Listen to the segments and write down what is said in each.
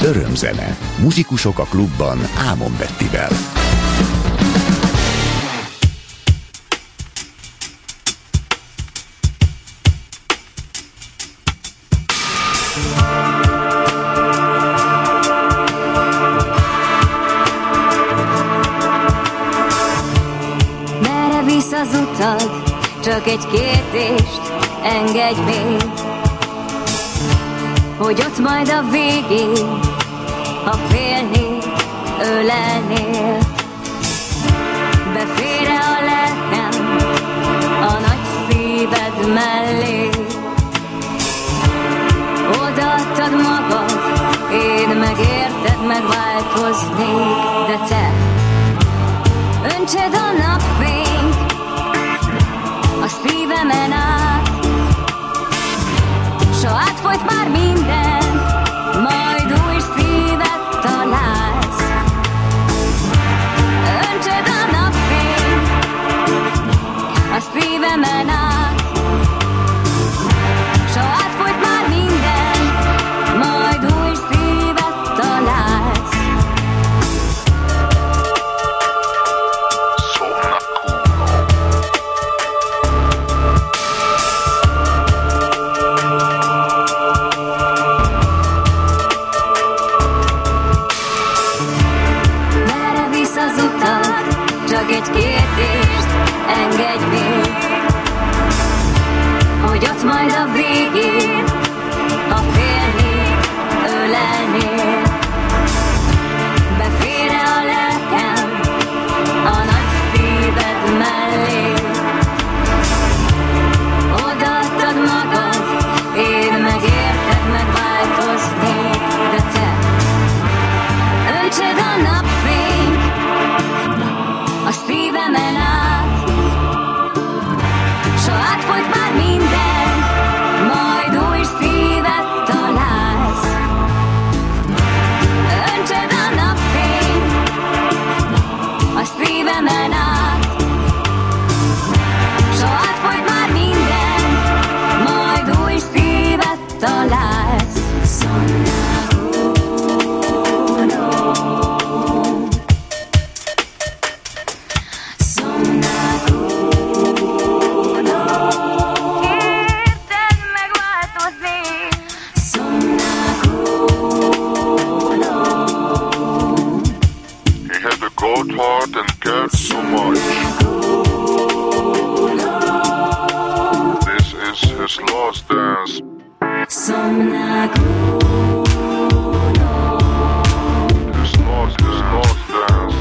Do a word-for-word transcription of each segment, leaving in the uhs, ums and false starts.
Örömzene. Muzsikusok a klubban Ámon Bettivel. Merre visz az utad? Csak egy kérdést engedj még, hogy ott majd a végén, ha félnél, ölelnél, befér-e a lelkem a nagy szíved mellé? Odaadtad magad, én megérted, megváltoznék, de te öntsed a napfényt a szívemen át, s ha átfolyt már minden, majd új szívet találsz. Öntsed a napfényt a szívemen át, s ha átfolyt már minden, majd új szívet találsz. Csak egy kérdést engedj még, hogy ott majd a végén, ha félnél, ölelnél, befér-e a lelkem a nagy szíved mellé? Odaadtad magad, én megérted, megváltoznék, de te öntsed a napfényt a szívemen át, s ha átfolyt már minden, majd új szívet találsz. Öntsed a napfényt a szívemen át, s ha átfolyt már minden, majd új szívet találsz. Hard and cared so much. This is his last dance. His last, his last dance.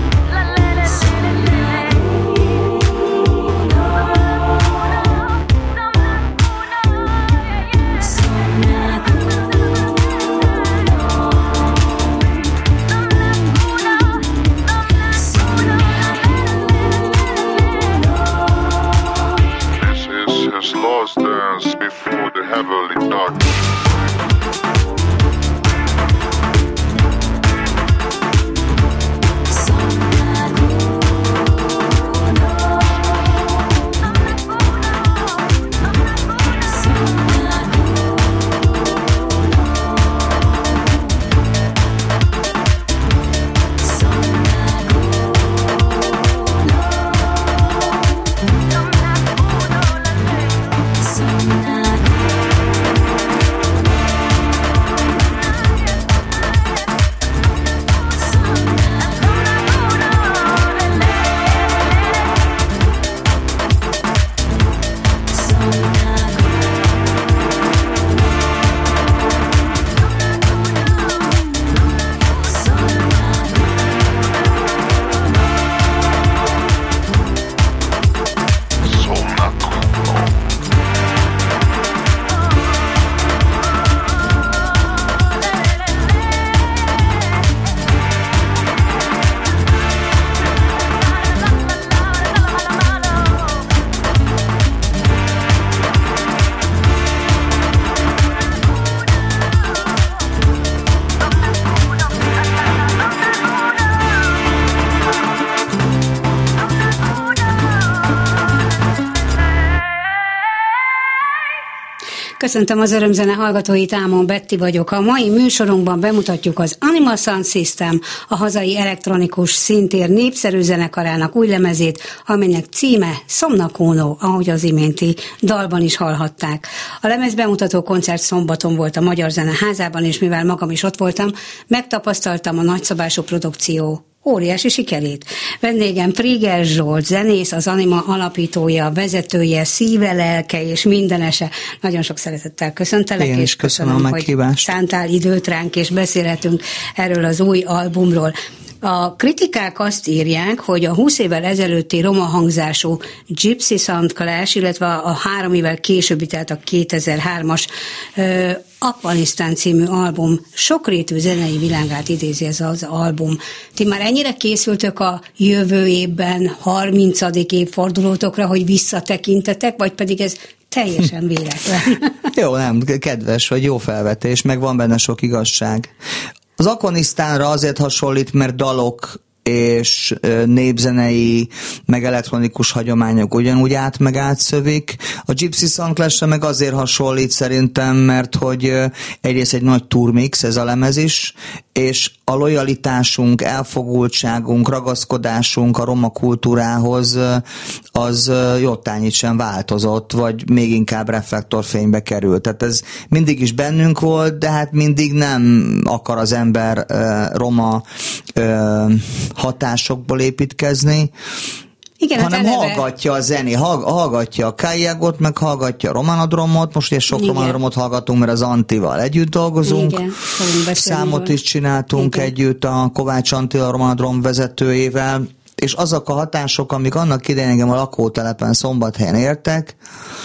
His last dance before the heavenly darkness. Some Köszöntöm az örömzene hallgatóit, Ámon Betti vagyok. A mai műsorunkban bemutatjuk az Animal Sound System, a hazai elektronikus szintér népszerű zenekarának új lemezét, aminek címe Somnakuno, ahogy az iménti dalban is hallhatták. A lemez bemutató koncert szombaton volt a Magyar Zeneházában, és mivel magam is ott voltam, megtapasztaltam a nagyszabású produkció óriási sikerét. Vendégem Priger Zsolt, zenész, az Anima alapítója, vezetője, szíve, lelke és mindenese. Nagyon sok szeretettel köszöntelek, Én és köszönöm, köszönöm hogy szántál időt ránk, és beszélhetünk erről az új albumról. A kritikák azt írják, hogy a húsz évvel ezelőtti roma hangzású Gypsy Sound Clash, illetve a három évvel későbbi, tehát a kétezer-hármas uh, Afganisztán című album sokrétű zenei világát idézi ez az album. Ti már ennyire készültök a jövő évben harmincadik évfordulótokra, hogy visszatekintetek, vagy pedig ez teljesen véletlen? Jó, nem, kedves vagy, jó felvetés, meg van benne sok igazság. Az Afganisztánra azért hasonlít, mert dalok és népzenei, meg elektronikus hagyományok ugyanúgy át meg átszövik. A Gypsy Sound Clash-re meg azért hasonlít szerintem, mert hogy egyrészt egy nagy turmix ez a lemez is, és a lojalitásunk, elfogultságunk, ragaszkodásunk a roma kultúrához az jottányit sem változott, vagy még inkább reflektorfénybe került. Tehát ez mindig is bennünk volt, de hát mindig nem akar az ember roma hatásokból építkezni, igen, hanem hát hallgatja a zené, hallgatja a Kajagot, meg hallgatja a Romanodromot, most és sok igen. Romanodromot hallgatunk, mert az Antival együtt dolgozunk, igen, számot is csináltunk igen. együtt a Kovács Antilla, a Romanodrom vezetőjével, és azok a hatások, amik annak idején engem a lakótelepen Szombathelyen értek,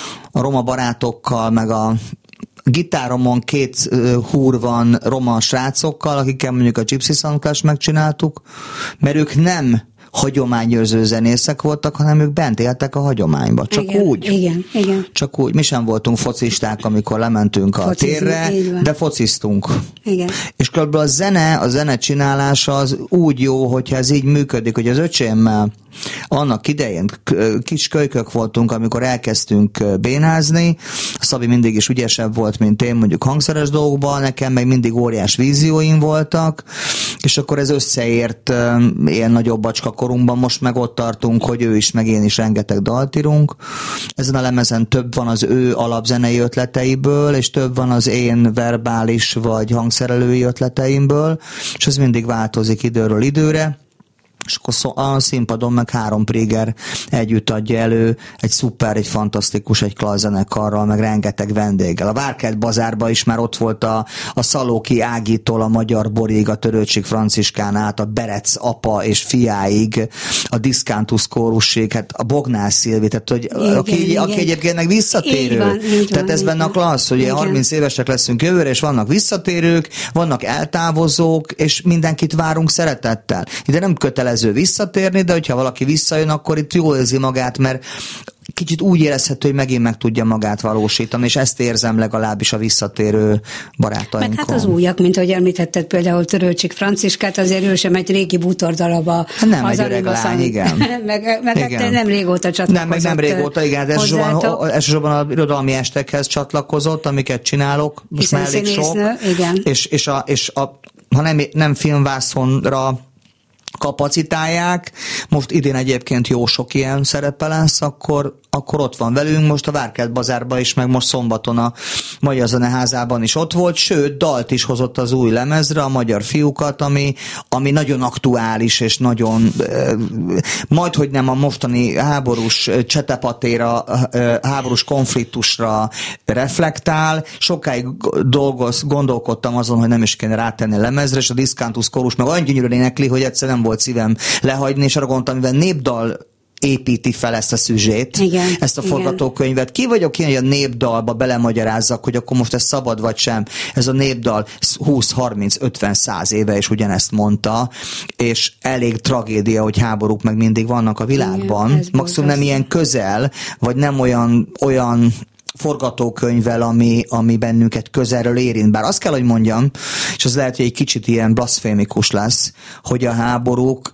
a roma barátokkal, meg a gitáromon két uh, húr van roma srácokkal, akikkel mondjuk a Gypsy Sound Clash megcsináltuk, mert ők nem hagyományőrző zenészek voltak, hanem ők bent éltek a hagyományba. Csak igen, úgy. Igen, igen. Csak úgy. Mi sem voltunk focisták, amikor lementünk a Focizni, térre, de fociztunk. Igen. És körülbelül a zene, a zene csinálása az úgy jó, hogyha ez így működik, hogy az öcsémmel annak idején kis kölykök voltunk, amikor elkezdtünk bénázni. Szabi mindig is ügyesebb volt, mint én mondjuk hangszeres dolgokban, nekem meg mindig óriás vízióim voltak, és akkor ez összeért ilyen nagyobb bacska korunkban, most meg ott tartunk, hogy ő is, meg én is rengeteg dalt írunk. Ezen a lemezen több van az ő alapzenei ötleteiből, és több van az én verbális vagy hangszerelői ötleteimből, és ez mindig változik időről időre. És akkor a színpadon meg három Priger együtt adja elő, egy szuper, egy fantasztikus, egy klassz zenekarral, meg rengeteg vendéggel. A Várkert bazárban is már ott volt a, a Szalóki Ágitól a Magyar Borig, a Törőcsik Franciskán át, a Berec apa és fiáig, a Diszkántusz kórusig, hát a Bognár Szilvi, tehát hogy igen, aki, igen. aki egyébként meg visszatérő. Így van, így tehát van, ez benne a klassz, hogy igen. harminc évesek leszünk jövőre, és vannak visszatérők, vannak eltávozók, és mindenkit várunk szeretettel. Ide nem kötelező visszatérni, de hogyha valaki visszajön, akkor itt jól érzi magát, mert kicsit úgy érezhető, hogy megint meg tudja magát valósítani, és ezt érzem legalábbis a visszatérő barátainkon. Meg hát az újak, mint ahogy említetted például Törőcsik Franciskát, azért ő sem egy régi bútordalaba. Nem egy öreg lány, igen. meg meg igen. Hát nem régóta csatlakozott. Nem, meg nem régóta, igen, de elsősorban, elsősorban a irodalmi estekhez csatlakozott, amiket csinálok, most már elég sok. Igen. És, és, a, és a, ha nem, nem filmvászonra kapacitálják, most idén egyébként jó sok ilyen szerepe lesz, akkor, akkor ott van velünk, most a Várkert bazárban is, meg most szombaton a Magyar Zeneházában is ott volt, sőt, dalt is hozott az új lemezre, a Magyar fiúkat, ami, ami nagyon aktuális, és nagyon majdhogy nem a mostani háborús csetepatéra, háborús konfliktusra reflektál. Sokáig dolgoz, gondolkodtam azon, hogy nem is kéne rátenni a lemezre, és a Diszkántusz kórus meg olyan gyönyörűen énekli, hogy egyszer nem volt szívem lehagyni, és arra gondoltam, mivel népdal építi fel ezt a szüzsét, igen, ezt a forgatókönyvet. Ki vagyok én, hogy a népdalba belemagyarázzak, hogy akkor most ez szabad vagy sem. Ez a népdal húsz, harminc, ötven, száz éve is ugyanezt mondta, és elég tragédia, hogy háborúk meg mindig vannak a világban. Igen, maximum nem ilyen közel, vagy nem olyan, olyan forgatókönyvvel, ami, ami bennünket közelről érint. Bár azt kell, hogy mondjam, és az lehet, hogy egy kicsit ilyen blaszfémikus lesz, hogy a háborúk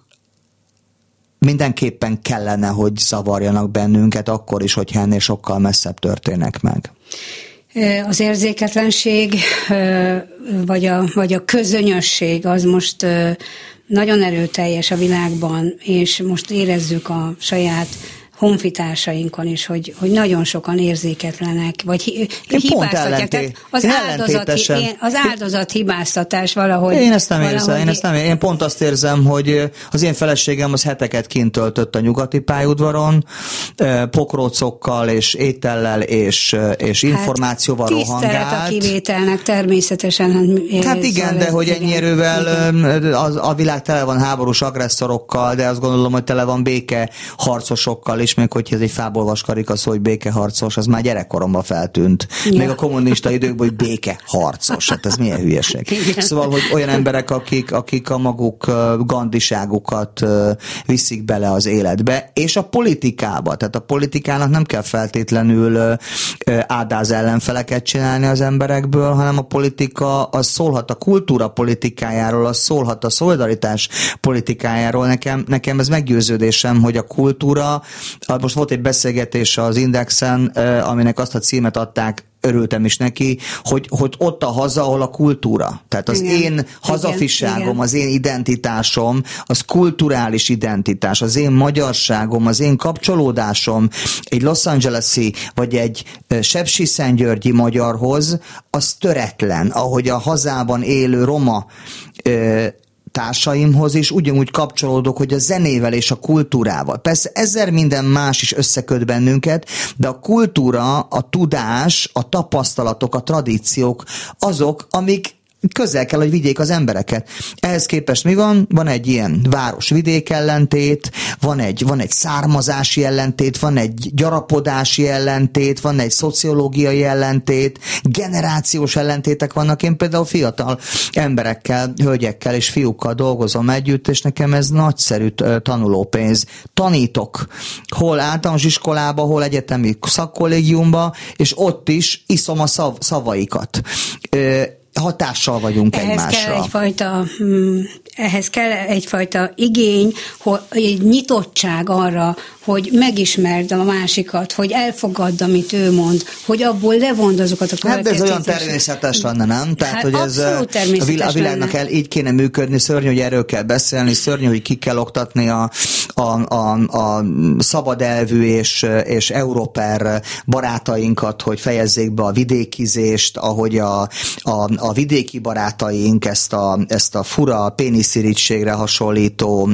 mindenképpen kellene, hogy zavarjanak bennünket, akkor is, hogyha ennél sokkal messzebb történnek meg. Az érzéketlenség, vagy a, vagy a közönyösség az most nagyon erőteljes a világban, és most érezzük a saját honfitársainkon is, hogy, hogy nagyon sokan érzéketlenek, vagy hibáztatják. Az áldozat, az áldozat hibáztatás valahogy. Én ezt nem érzem, én ezt nem érzem. Én pont azt érzem, hogy az én feleségem az heteket kint töltött a nyugati pályaudvaron, pokrócokkal és étellel és, és információval hát, rohangált. Tisztelet a kivételnek természetesen. Hát igen, szóval de hogy ennyi erővel az, a világ tele van háborús agresszorokkal, de azt gondolom, hogy tele van békeharcosokkal is, még hogyha ez egy fából vaskarika szó, hogy békeharcos, az már gyerekkoromban feltűnt. Ja. Még a kommunista időkben, hogy békeharcos. Hát ez milyen hülyeség. Igen. Szóval, hogy olyan emberek, akik, akik a maguk gandiságukat viszik bele az életbe, és a politikába. Tehát a politikának nem kell feltétlenül ádáz ellenfeleket csinálni az emberekből, hanem a politika az szólhat a kultúra politikájáról, az szólhat a szolidaritás politikájáról. Nekem, nekem ez meggyőződésem, hogy a kultúra, most volt egy beszélgetés az Indexen, aminek azt a címet adták, örültem is neki, hogy, hogy ott a haza, ahol a kultúra. Tehát az igen, én hazafiságom, igen, az én identitásom, az kulturális identitás, az én magyarságom, az én kapcsolódásom egy Los Angeles-i vagy egy sepsiszentgyörgyi magyarhoz, az töretlen, ahogy a hazában élő roma társaimhoz is ugyanúgy kapcsolódok, hogy a zenével és a kultúrával. Persze ezer minden más is összeköt bennünket, de a kultúra, a tudás, a tapasztalatok, a tradíciók azok, amik közel kell, hogy vigyék az embereket. Ehhez képest mi van? Van egy ilyen város-vidék ellentét, van egy, van egy származási ellentét, van egy gyarapodási ellentét, van egy szociológiai ellentét, generációs ellentétek vannak. Én például fiatal emberekkel, hölgyekkel és fiúkkal dolgozom együtt, és nekem ez nagyszerű tanulópénz. Tanítok, hol általános iskolába, hol egyetemi szakkollégiumba, és ott is iszom a szav, szavaikat. Hatással vagyunk ehhez egymásra. Kell egyfajta, ehhez kell egyfajta igény, hogy egy nyitottság arra, hogy megismerd a másikat, hogy elfogadd, amit ő mond, hogy abból levond azokat a következtetéseket. Hát ez olyan természetes lenne, nem? Tehát, hát hogy ez a, vilá, a világnak el, így kéne működni, szörnyű, hogy erről kell beszélni, szörnyű, hogy ki kell oktatni a, a, a, a szabad elvű és, és európer barátainkat, hogy fejezzék be a vidékizést, ahogy a, a, a vidéki barátaink ezt a, ezt a fura péniszirítségre hasonlító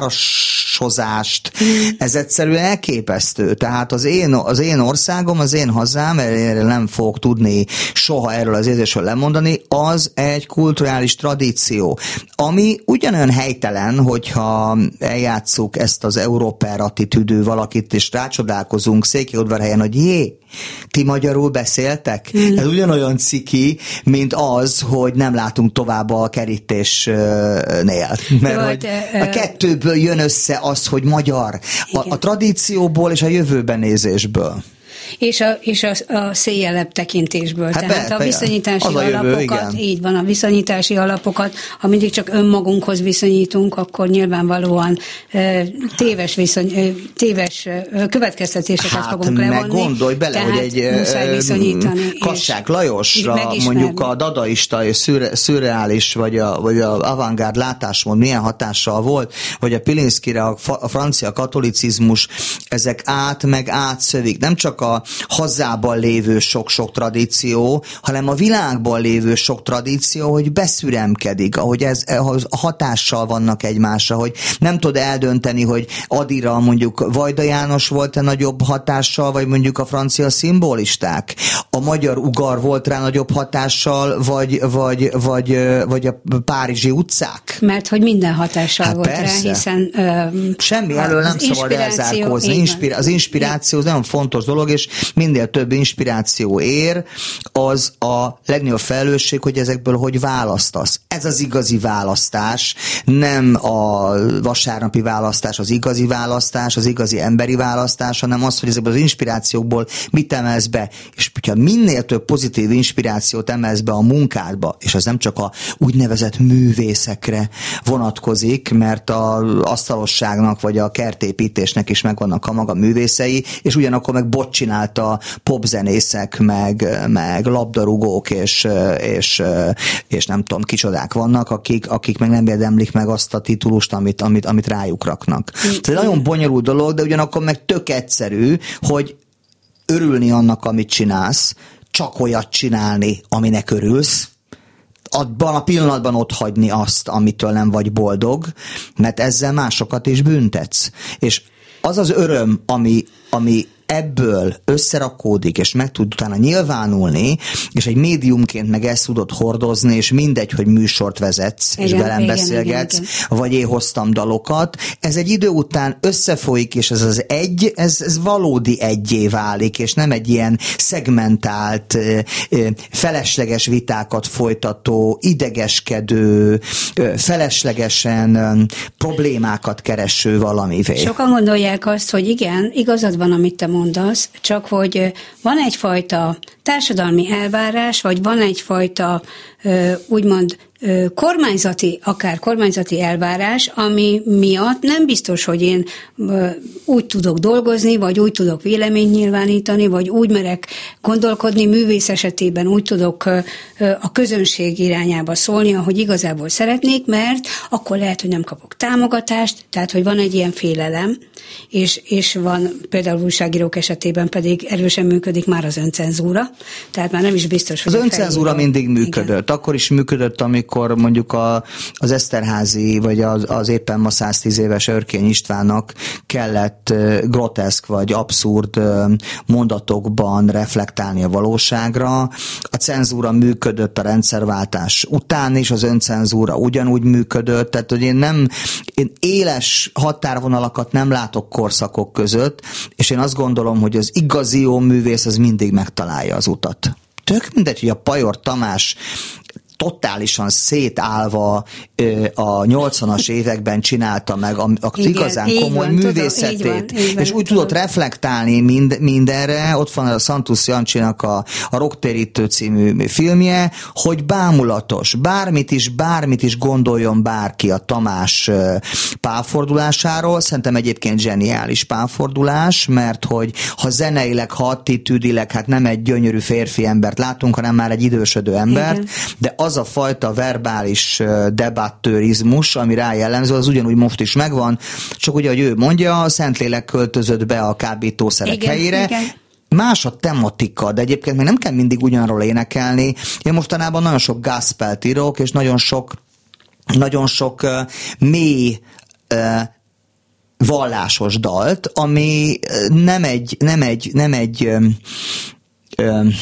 városhozást, mm. ez egyszerűen elképesztő. Tehát az én, az én országom, az én hazám, erről nem fogok tudni soha erről az érzésről lemondani, az egy kulturális tradíció, ami ugyanolyan helytelen, hogyha eljátszuk ezt az európer attitűdű valakit, és rácsodálkozunk Székelyudvarhelyen, hogy jé, ti magyarul beszéltek? Mm. Ez ugyanolyan ciki, mint az, hogy nem látunk tovább a kerítésnél. Mert Jó, hogy a kettőből jön össze az, hogy magyar. A, a tradícióból és a jövőben nézésből. És a, és a, a széjjelebb tekintésből. Hát Tehát be, a viszonyítási a jövő, alapokat, igen. Így van, a viszonyítási alapokat, ha mindig csak önmagunkhoz viszonyítunk, akkor nyilvánvalóan e, téves, viszony, e, téves e, következtetéseket hát fogunk levonni. Hát meg gondolj bele, Tehát hogy egy Kassák Lajosra mondjuk a dadaista és szürre, szürreális, vagy a, vagy a avantgárd látásmód milyen hatással volt, vagy a Pilinszkire a, a francia katolicizmus, ezek át meg átszövik. Nem csak a hazában lévő sok-sok tradíció, hanem a világban lévő sok tradíció, hogy beszüremkedik, ahogy ez hatással vannak egymásra, hogy nem tud eldönteni, hogy Adira mondjuk Vajda János volt-e nagyobb hatással, vagy mondjuk a francia szimbolisták. A magyar ugar volt rá nagyobb hatással, vagy, vagy, vagy, vagy a párizsi utcák. Mert hogy minden hatással hát volt persze. rá, hiszen uh, semmi elől nem szabad elzárkózni. Inspira- az inspiráció az nagyon fontos dolog, és minél több inspiráció ér, az a legnagyobb felelősség, hogy ezekből hogy választasz. Ez az igazi választás, nem a vasárnapi választás az igazi választás, az igazi emberi választás, hanem az, hogy ezekből az inspirációkból mit emelsz be. És hogyha minél több pozitív inspirációt emelsz be a munkádba, és az nem csak a úgynevezett művészekre vonatkozik, mert az asztalosságnak vagy a kertépítésnek is megvannak a maga művészei, és ugyanakkor meg bot csinálta popzenészek, meg, meg labdarúgók, és, és, és nem tudom, kicsodák vannak, akik, akik meg nem érdemlik meg azt a titulust, amit, amit, amit rájuk raknak. Ez nagyon bonyolult dolog, de ugyanakkor meg tök egyszerű, hogy örülni annak, amit csinálsz, csak olyat csinálni, aminek örülsz, abban a pillanatban ott hagyni azt, amitől nem vagy boldog, mert ezzel másokat is büntetsz. És az az öröm, ami, ami ebből összerakódik, és meg tud utána nyilvánulni, és egy médiumként meg ezt tudod hordozni, és mindegy, hogy műsort vezetsz, igen, és velem igen, beszélgetsz, igen, igen. vagy én hoztam dalokat, ez egy idő után összefolyik, és ez az egy, ez, ez valódi egyé válik, és nem egy ilyen szegmentált, felesleges vitákat folytató, idegeskedő, feleslegesen problémákat kereső valamivé. Sokan gondolják azt, hogy igen, igazad van, amit te mondasz, csak hogy van egyfajta társadalmi elvárás, vagy van egyfajta úgymond kormányzati, akár kormányzati elvárás, ami miatt nem biztos, hogy én úgy tudok dolgozni, vagy úgy tudok véleményt nyilvánítani, vagy úgy merek gondolkodni, művész esetében úgy tudok a közönség irányába szólni, ahogy igazából szeretnék, mert akkor lehet, hogy nem kapok támogatást, tehát, hogy van egy ilyen félelem, és, és van például újságírók esetében pedig erősen működik már az öncenzúra, tehát már nem is biztos, hogy az öncenzúra mindig működött. Igen. Akkor is működött, amikor mondjuk a, az Eszterházy, vagy az, az éppen ma száztíz éves Örkény Istvánnak kellett groteszk vagy abszurd mondatokban reflektálni a valóságra. A cenzúra működött a rendszerváltás után is, az öncenzúra ugyanúgy működött, tehát hogy én nem, én éles határvonalakat nem látok korszakok között, és én azt gondolom, hogy az igazi jó művész az mindig megtalálja az utat. Tök mindegy, hogy a Pajor Tamás totálisan szétállva a nyolcvanas években csinálta meg a, a igen, igazán komoly van, művészetét, tudom, így van, így van, és úgy tudom. Tudott reflektálni mind, mindenre. Ott van a Santus Jancsinak a, a Rocktérítő című filmje, hogy bámulatos, bármit is, bármit is gondoljon bárki a Tamás pálfordulásáról. Szerintem egyébként zseniális pálfordulás, mert hogy ha zeneileg, ha attitűdileg, hát nem egy gyönyörű férfi embert látunk, hanem már egy idősödő embert, igen. de az a fajta verbális debattőrizmus, ami rá jellemző, az ugyanúgy most is megvan, csak ugye, hogy ő mondja, a Szentlélek költözött be a kábítószerek igen, helyére, igen. Más a tematika, de egyébként még nem kell mindig ugyanarról énekelni. Én mostanában nagyon sok gospelt írok, és nagyon sok nagyon sok uh, mély uh, vallásos dalt, ami nem egy nem egy, nem egy um, um,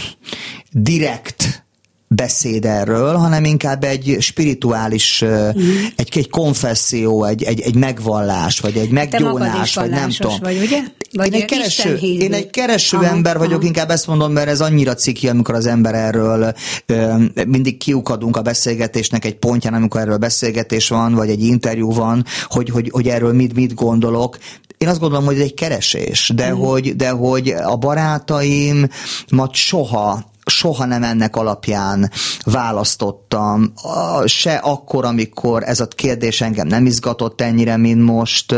direkt beszéd erről, hanem inkább egy spirituális, mm. egy, egy konfesszió, egy, egy, egy megvallás, vagy egy meggyónás, vagy nem tudom. Vagy, ugye? Vagy én, egy kereső, én egy kereső aha, ember vagyok, aha. inkább ezt mondom, mert ez annyira ciki, amikor az ember erről ö, mindig kiukadunk a beszélgetésnek egy pontján, amikor erről beszélgetés van, vagy egy interjú van, hogy, hogy, hogy erről mit, mit gondolok. Én azt gondolom, hogy ez egy keresés, de, mm. hogy, de hogy a barátaim mat soha soha nem ennek alapján választottam, se akkor, amikor ez a kérdés engem nem izgatott ennyire, mint most,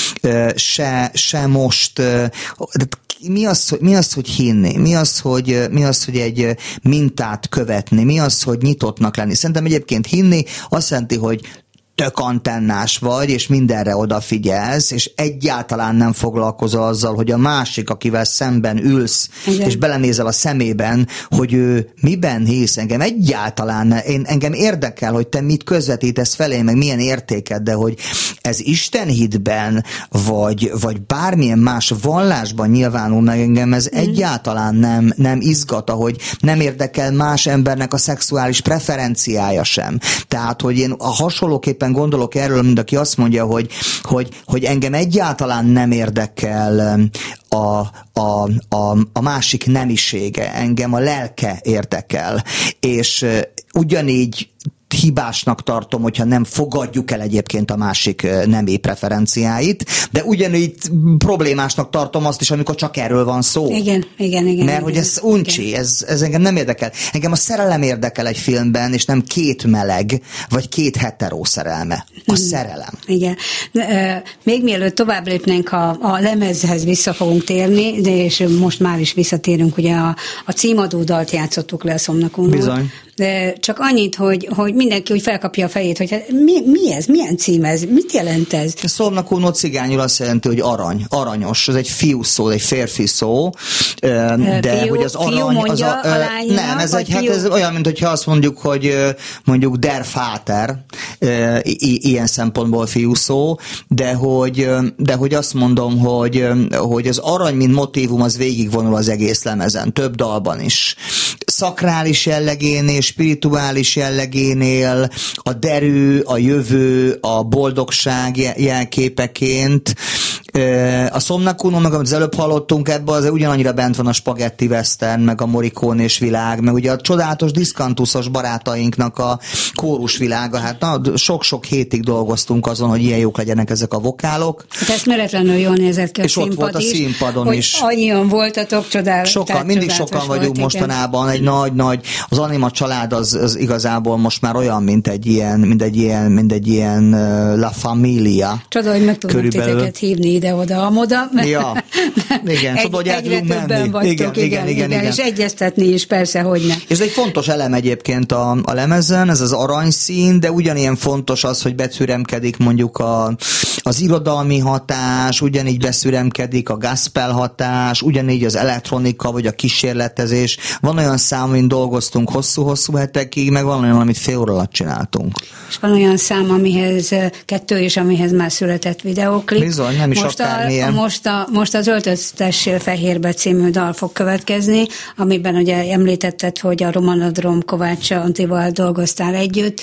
se, se most. Mi az, hogy, mi az, hogy hinni? Mi az, hogy, mi az, hogy egy mintát követni? Mi az, hogy nyitottnak lenni? Szerintem egyébként hinni azt jelenti, hogy tök antennás vagy, és mindenre odafigyelsz, és egyáltalán nem foglalkozol azzal, hogy a másik, akivel szemben ülsz, igen. és belenézel a szemében, hogy ő miben hisz, engem egyáltalán, én, engem érdekel, hogy te mit közvetítesz felé, meg milyen értéked, de hogy ez istenhitben, vagy, vagy bármilyen más vallásban nyilvánul meg engem, ez mm. egyáltalán nem, nem izgat, hogy nem érdekel más embernek a szexuális preferenciája sem. Tehát, hogy én a hasonlóképpen gondolok erről, mint aki azt mondja, hogy, hogy, hogy engem egyáltalán nem érdekel a, a, a, a másik nemisége, engem a lelke érdekel. És ugyanígy hibásnak tartom, hogyha nem fogadjuk el egyébként a másik nemi preferenciáit, de ugyanígy problémásnak tartom azt is, amikor csak erről van szó. Igen, igen, igen. Mert hogy ez uncsi, ez, ez engem nem érdekel. Engem a szerelem érdekel egy filmben, és nem két meleg, vagy két hetero szerelme. A szerelem. Igen. De, uh, még mielőtt tovább lépnénk a, a lemezhez vissza fogunk térni, de és most már is visszatérünk, ugye a, a címadó dalt játszottuk le a Szomnakónól. Bizony. De csak annyit, hogy, hogy mindenki úgy felkapja a fejét, hogy hát mi, mi ez, milyen cím ez, mit jelent ez? A Szomnakónó cigányul azt jelenti, hogy arany, aranyos, ez egy fiú szó, egy férfi szó, de fiú, hogy az arany... Fiú mondja az a, a lánynak, nem, ez, egy, hát ez olyan, mint hogyha azt mondjuk, hogy mondjuk der Vater, ilyen szempontból fiú szó, de hogy, de hogy azt mondom, hogy, hogy az arany, mint motívum, az végigvonul az egész lemezen, több dalban is. Szakrális jellegénél, spirituális jellegénél, a derű, a jövő, a boldogság jelképeként. A Szomnakónó, meg amit az előbb hallottunk, ebben az ugyanannyira bent van a Spaghetti Western, meg a Morricone-és világ, meg ugye a csodálatos diszkantuszos barátainknak a kórusvilága. Hát na, sok-sok hétig dolgoztunk azon, hogy ilyen jók legyenek ezek a vokálok. Hát ezt méretlenül jól nézett ki a és színpad ott volt a színpadon hogy is. Annyian voltatok, csodálatos. Sokan, mindig sokan vagyunk volt, mostanában, egy nagy-nagy, az Anima család az, az igazából most már olyan, mint egy ilyen, mint egy ilyen, mint egy ilyen uh, La Familia. Csoda, hogy meg tudunk titeket hívni ide-oda, amoda. Ja, igen, csoda, hogy el tudunk menni. Vagytok, igen, igen, igen, igen, igen. És egyeztetni is, persze, hogy ne. És ez egy fontos elem egyébként a, a lemezen, ez az aranyszín, de ugyanilyen fontos az, hogy beszüremkedik mondjuk a, az irodalmi hatás, ugyanígy beszüremkedik a gospel hatás, ugyanígy az elektronika, vagy a kísérletezés. Van olyan szám, amin dolgoztunk hosszú-hosszú hetekig, meg van olyan, amit fél óra alatt csináltunk. És van olyan szám, amihez kettő is, amihez már született videóklip. Bizony, nem is most akármilyen. A, most, a, most az Öltöztessél fehérbe című dal fog következni, amiben ugye említetted, hogy a Romanodrom Kovács Antival dolgoztál együtt,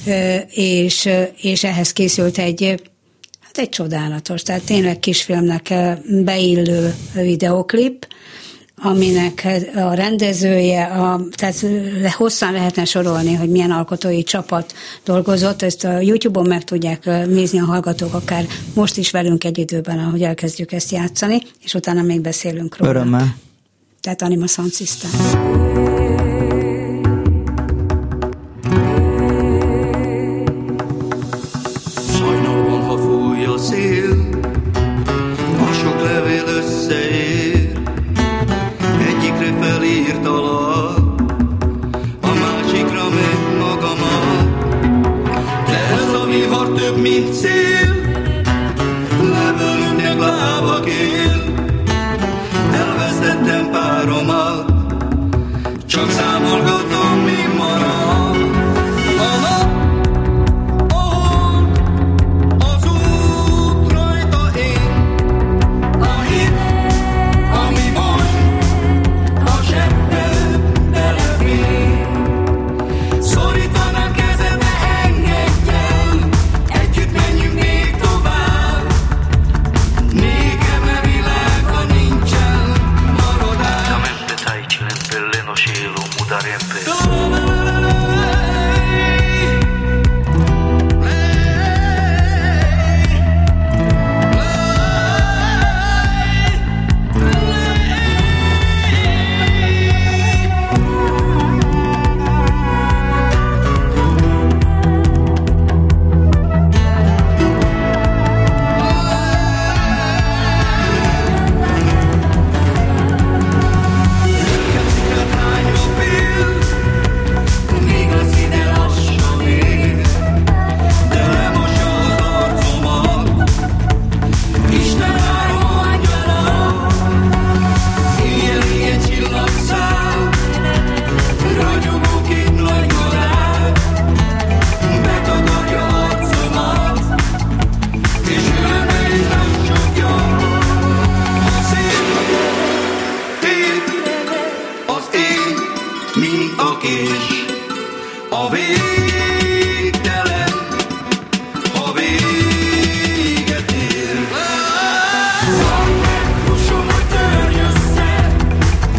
és, és ehhez készült egy hát egy csodálatos, tehát tényleg kisfilmnek beillő videóklip, aminek a rendezője, a, tehát hosszan lehetne sorolni, hogy milyen alkotói csapat dolgozott. Ezt a YouTube-on meg tudják nézni a hallgatók, akár most is velünk egy időben, ahogy elkezdjük ezt játszani, és utána még beszélünk róla. Örömmel. Tehát Anima Sound System. Sajnálban, ha fúj a szél, a sok levél összeér, egyikre felírtalak, a másikra meg magamat. De ez a vihar több, mint szél, levölünk lábak él. Elvesztettem páromat, csak számolgatom, mi marad. A nap, a hold, az út rajta én, a hit, ami most a zsebbe belefér. Szorítanám kezedbe, engedj el, együtt menjünk még tovább. Még eme világban nincsen maradás. La mente sta eccelente nel cielo, mutare in pe.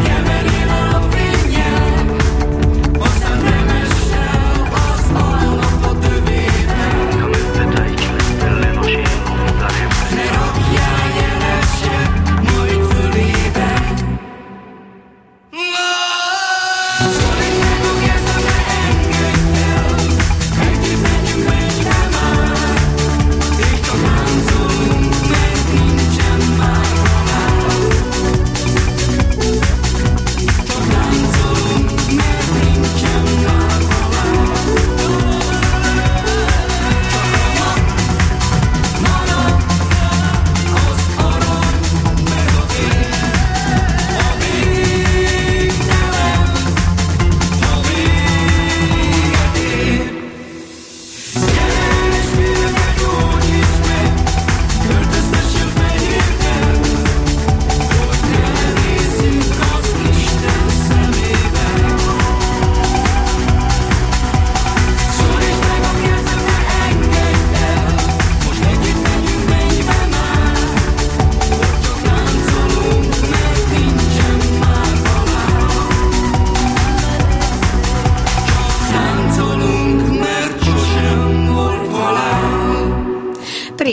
Aztán nem essel az alma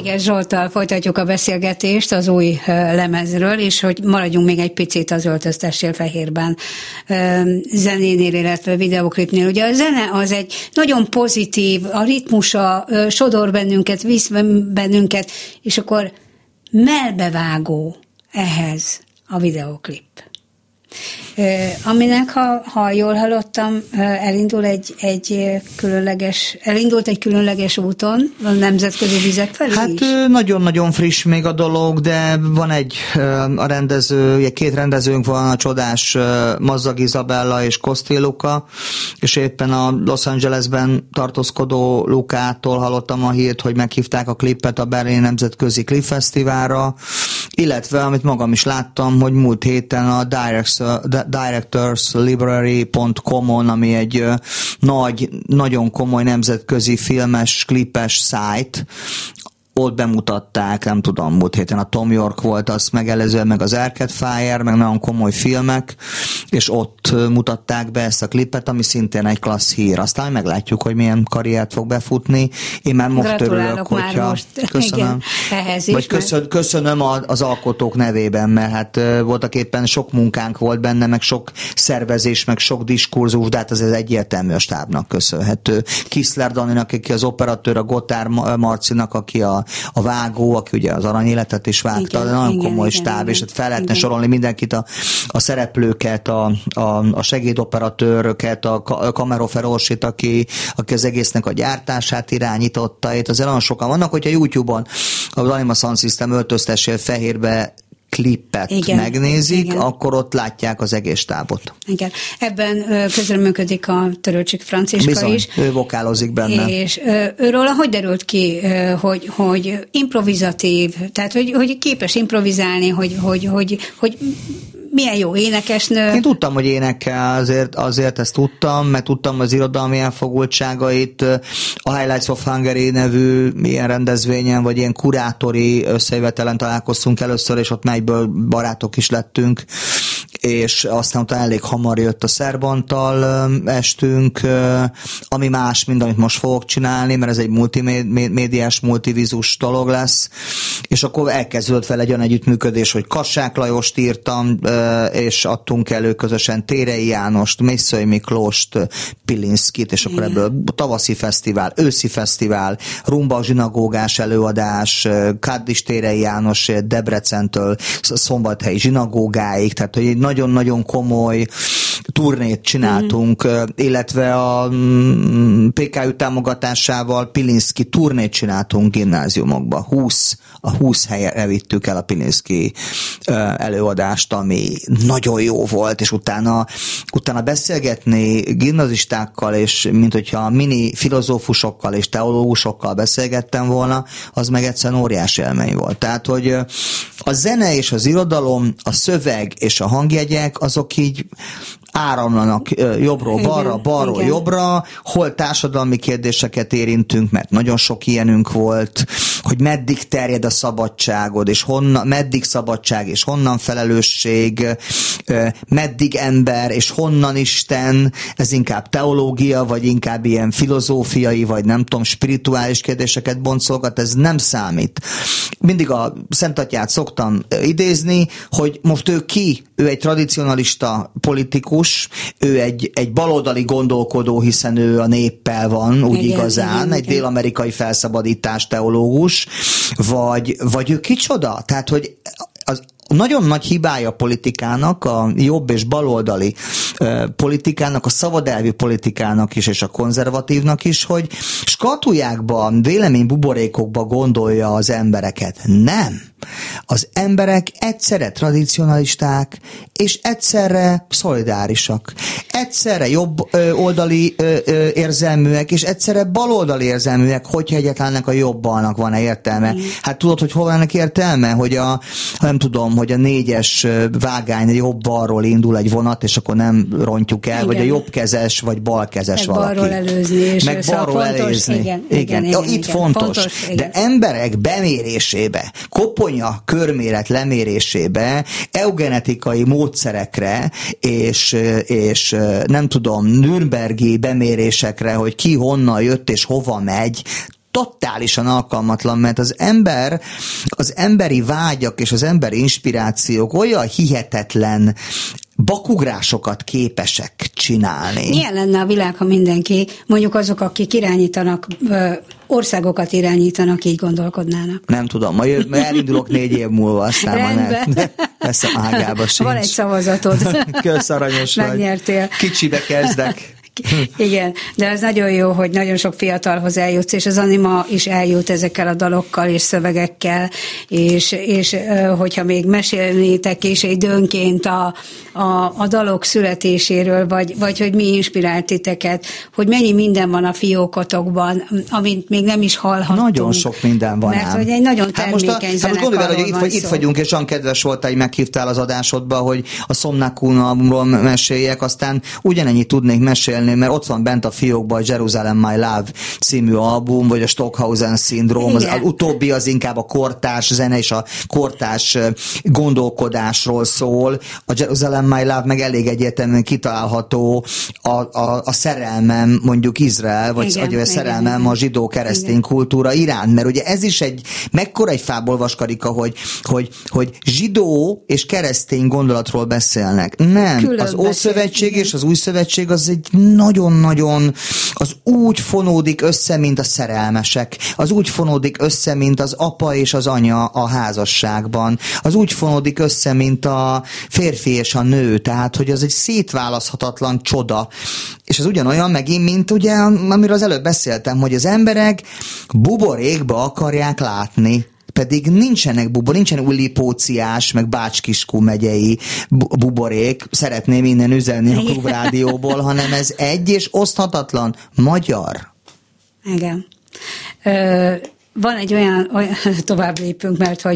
Véges Zsolttal folytatjuk a beszélgetést az új lemezről, és hogy maradjunk még egy picit az Öltöztessél fehérben zenénél, illetve videoklipnél. Ugye a zene az egy nagyon pozitív, a ritmusa sodor bennünket, visz bennünket, és akkor mellbevágó ehhez a videoklip. Aminek, ha, ha jól hallottam, elindul egy, egy különleges, elindult egy különleges úton, a nemzetközi vizek felé Hát is? Nagyon-nagyon friss még a dolog, de van egy a rendező, két rendezőnk van, a csodás Mazzag Izabella és Koszté Luka, és éppen a Los Angelesben tartózkodó Lukától hallottam a hírt, hogy meghívták a klipet a Berlin Nemzetközi Klipfesztiválra, illetve, amit magam is láttam, hogy múlt héten a Direct directors library pont com-on, ami egy nagy, nagyon komoly nemzetközi filmes, klipes szájt, ott bemutatták, nem tudom, múlt héten a Tom York volt, azt megelőzően, meg az Arcade Fire, meg nagyon komoly filmek, és ott mutatták be ezt a klipet, ami szintén egy klassz hír. Aztán meglátjuk, hogy milyen karriert fog befutni. Én már most örülök, hogyha... Most. Köszönöm. Igen, ehhez is, Vagy köszön, köszönöm az alkotók nevében, mert hát voltak éppen sok munkánk volt benne, meg sok szervezés, meg sok diskurzus, de hát az egyértelmű a stábnak köszönhető. Kiszler Daninak, aki az operatőr, a Gotár Marcinak, aki a a vágó, aki ugye az Aranyéletet is vágta, igen, de nagyon igen, komoly igen, stáb, igen, és fel lehetne igen. sorolni mindenkit, a, a szereplőket, a, a, a segédoperatőröket, a Kamerofer Orsit, aki, aki az egésznek a gyártását irányította, itt azért nagyon sokan vannak, hogyha YouTube-on az Anima Sound System Öltöztessél fehérbe klippet igen, megnézik, igen. akkor ott látják az egész stábot. Igen. Ebben közreműködik a Törőcsik Franciska Bizony, is. ő vokálozik benne. És őről hogy derült ki, hogy, hogy improvizatív, tehát hogy, hogy képes improvizálni, hogy, hogy, hogy, hogy milyen jó énekesnő. Én tudtam, hogy énekel, azért, azért ezt tudtam, mert tudtam az irodalmi elfogultságait, a Highlights of Hungary nevű ilyen rendezvényen, vagy ilyen kurátori összejövetelen találkoztunk először, és ott melyből barátok is lettünk, és aztán utána elég hamar jött a Szerbantal estünk, ami más, mint amit most fogok csinálni, mert ez egy multimédiás, multivízus dolog lesz, és akkor elkezdődött fel egy olyan együttműködés, hogy Kassák Lajost írtam, és adtunk elő közösen Térei Jánost, Mészöly Miklóst, Pilinszkit, és akkor ebből tavaszi fesztivál, őszi fesztivál, rumba zsinagógás előadás, Kaddis Térei János Debrecentől Szombathelyi zsinagógáig, tehát hogy egy nagyon-nagyon komoly turnét csináltunk, mm. illetve a pé ká ú támogatásával Pilinszki turnét csináltunk gimnáziumokba. húsz, a húsz helyre vittük el a Pilinszki előadást, ami nagyon jó volt, és utána, utána beszélgetni gimnazistákkal, és mint hogyha mini filozófusokkal és teológusokkal beszélgettem volna, az meg egyszerűen óriási élmény volt. Tehát, hogy a zene és az irodalom, a szöveg és a hangjegyek, azok így áramlanak jobbról balra, balról igen. jobbra, hol társadalmi kérdéseket érintünk, mert nagyon sok ilyenünk volt, hogy meddig terjed a szabadságod, és honnan, meddig szabadság, és honnan felelősség, meddig ember, és honnan Isten, ez inkább teológia, vagy inkább ilyen filozófiai, vagy nem tudom, spirituális kérdéseket boncolgat, ez nem számít. Mindig a Szent Atyát szoktam idézni, hogy most ő ki, ő egy tradicionalista politikus, ő egy, egy baloldali gondolkodó, hiszen ő a néppel van, úgy igen, igazán, igen, egy igen. dél-amerikai felszabadítás teológus, vagy, vagy ő kicsoda? Tehát, hogy az nagyon nagy hibája a politikának, a jobb és baloldali uh, politikának, a szabadelvű politikának is, és a konzervatívnak is, hogy skatujákba, véleménybuborékokba gondolja az embereket. Nem. Az emberek egyszerre tradicionalisták, és egyszerre szolidárisak. Egyszerre jobb ö, oldali ö, ö, érzelműek, és egyszerre baloldali érzelműek, hogyha egyáltalán a jobbalnak van-e értelme. Mm. Hát tudod, hogy hol ennek értelme? Hogy a, nem tudom, hogy a négyes vágány jobb balról indul egy vonat, és akkor nem rontjuk el, igen. vagy a jobbkezes, vagy balkezes meg valaki. Balról előzni. És meg balról előzni. Igen, igen, igen, igen, itt igen, fontos. fontos igen. De emberek bemérésébe, kopony a körméret lemérésébe, eugenetikai módszerekre, és, és nem tudom, nürnbergi bemérésekre, hogy ki honnan jött és hova megy, totálisan alkalmatlan, mert az ember, az emberi vágyak és az emberi inspirációk olyan hihetetlen bakugrásokat képesek csinálni. Milyen lenne a világ, ha mindenki, mondjuk azok, akik irányítanak, országokat irányítanak, így gondolkodnának? Nem tudom, majd elindulok négy év múlva, aztán majd lesz a ágába sincs. Van egy szavazatod. Kösz, aranyos vagy. Megnyertél. Kicsibe kezdek. Igen, de az nagyon jó, hogy nagyon sok fiatalhoz eljutsz, és az Anima is eljut ezekkel a dalokkal és szövegekkel, és, és hogyha még mesélnétek is időnként a, a, a dalok születéséről, vagy, vagy hogy mi inspirált titeket, hogy mennyi minden van a fiókotokban, amit még nem is hallhattunk. Nagyon sok minden van. Mert ám. Hogy egy nagyon termékeny hát zenekarról hát hogy itt, itt vagyunk, és olyan kedves voltál, hogy meghívtál az adásodba, hogy a Somnakun albumról meséljek, aztán ugyanennyit tudnék mesélni, mert ott van bent a fiókban a Jerusalem My Love című album, vagy a Stockhausen szindróm, az, az utóbbi az inkább a kortárs zene és a kortárs gondolkodásról szól, a Jerusalem My Love meg elég egyértelműen kitalálható a, a, a szerelmem mondjuk Izrael, vagy igen, a szerelmem igen, a zsidó-keresztény igen. kultúra iránt, mert ugye ez is egy, mekkora egy fából vaskarika, hogy, hogy, hogy zsidó és keresztény gondolatról beszélnek. Nem, külön az Ószövetség és az Új Szövetség az egy nagyon-nagyon, az úgy fonódik össze, mint a szerelmesek. Az úgy fonódik össze, mint az apa és az anya a házasságban. Az úgy fonódik össze, mint a férfi és a nő. Tehát, hogy az egy szétválaszthatatlan csoda. És ez ugyanolyan megint, mint ugye, amiről az előbb beszéltem, hogy az emberek buborékba akarják látni. Pedig nincsenek bubor, nincsen Újlipóciás, meg Bács-Kiskun megyei buborék, szeretném innen üzenni a Klubrádióból, hanem ez egy és oszthatatlan magyar. Igen. Ö, van egy olyan, olyan tovább lépünk, mert hogy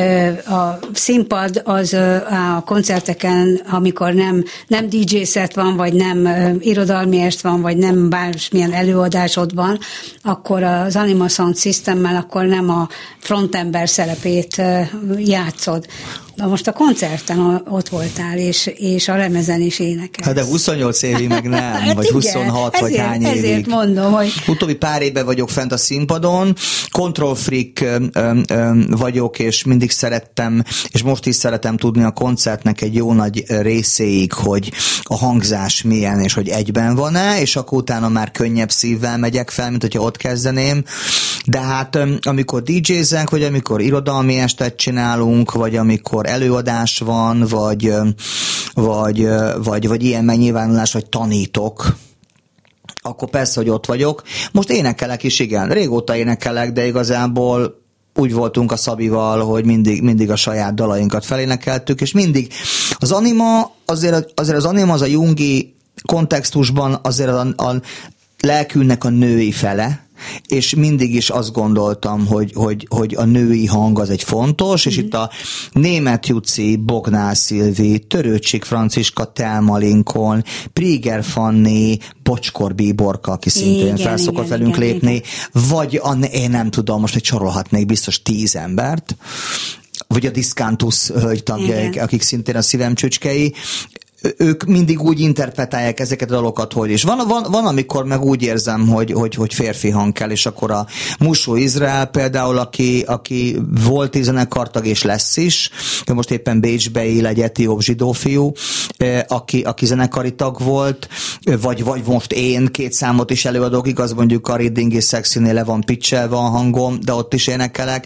a színpad az a koncerteken, amikor nem, nem dé dzsé set van, vagy nem irodalmi est van, vagy nem bármilyen előadásod van, akkor az Anima Sound Systemmel akkor nem a frontember szerepét játszod. Na most a koncerten ott voltál, és, és a lemezen is énekelsz. Hát de huszonnyolc évig meg nem, vagy igen, huszonhat, ezért, vagy hány évig. Ezért mondom, hogy... Utóbbi pár éve vagyok fent a színpadon, control freak ö, ö, vagyok, és mindig szerettem, és most is szeretem tudni a koncertnek egy jó nagy részéig, hogy a hangzás milyen, és hogy egyben van-e, és akkor utána már könnyebb szívvel megyek fel, mint hogyha ott kezdeném. De hát amikor dé dzsézek, vagy amikor irodalmi estet csinálunk, vagy amikor előadás van, vagy, vagy, vagy, vagy ilyen megnyilvánulás, vagy tanítok, akkor persze, hogy ott vagyok. Most énekelek is, igen. Régóta énekelek, de igazából úgy voltunk a Szabival, hogy mindig, mindig a saját dalainkat felénekeltük, és mindig az Anima, azért, azért az Anima az a jungi kontextusban azért a, a lelkünknek a női fele, és mindig is azt gondoltam, hogy, hogy, hogy a női hang az egy fontos, és mm-hmm. itt a Németh Juci, Bognár Szilvi, Törőcsik Franciska, Telma Lincoln, Priger Fanni, Bocskor Bíborka, aki szintén igen, felszokott igen, velünk igen, lépni, igen. Vagy a, én nem tudom, most hogy sorolhatnék biztos tíz embert, vagy a Discantus hölgytagjai, akik szintén a szívem csücskei, ők mindig úgy interpretálják ezeket a dalokat, hogy is. Van, van, van amikor meg úgy érzem, hogy, hogy, hogy férfi hang kell, és akkor a Musó Izrael például, aki, aki volt zenekartag és lesz is, most éppen Bécsbe él egy etióp zsidó fiú, aki, aki zenekari tag volt, vagy, vagy most én két számot is előadok, igaz, mondjuk a Reading is Sexy-nél le van pitchelve a hangom, de ott is énekelek.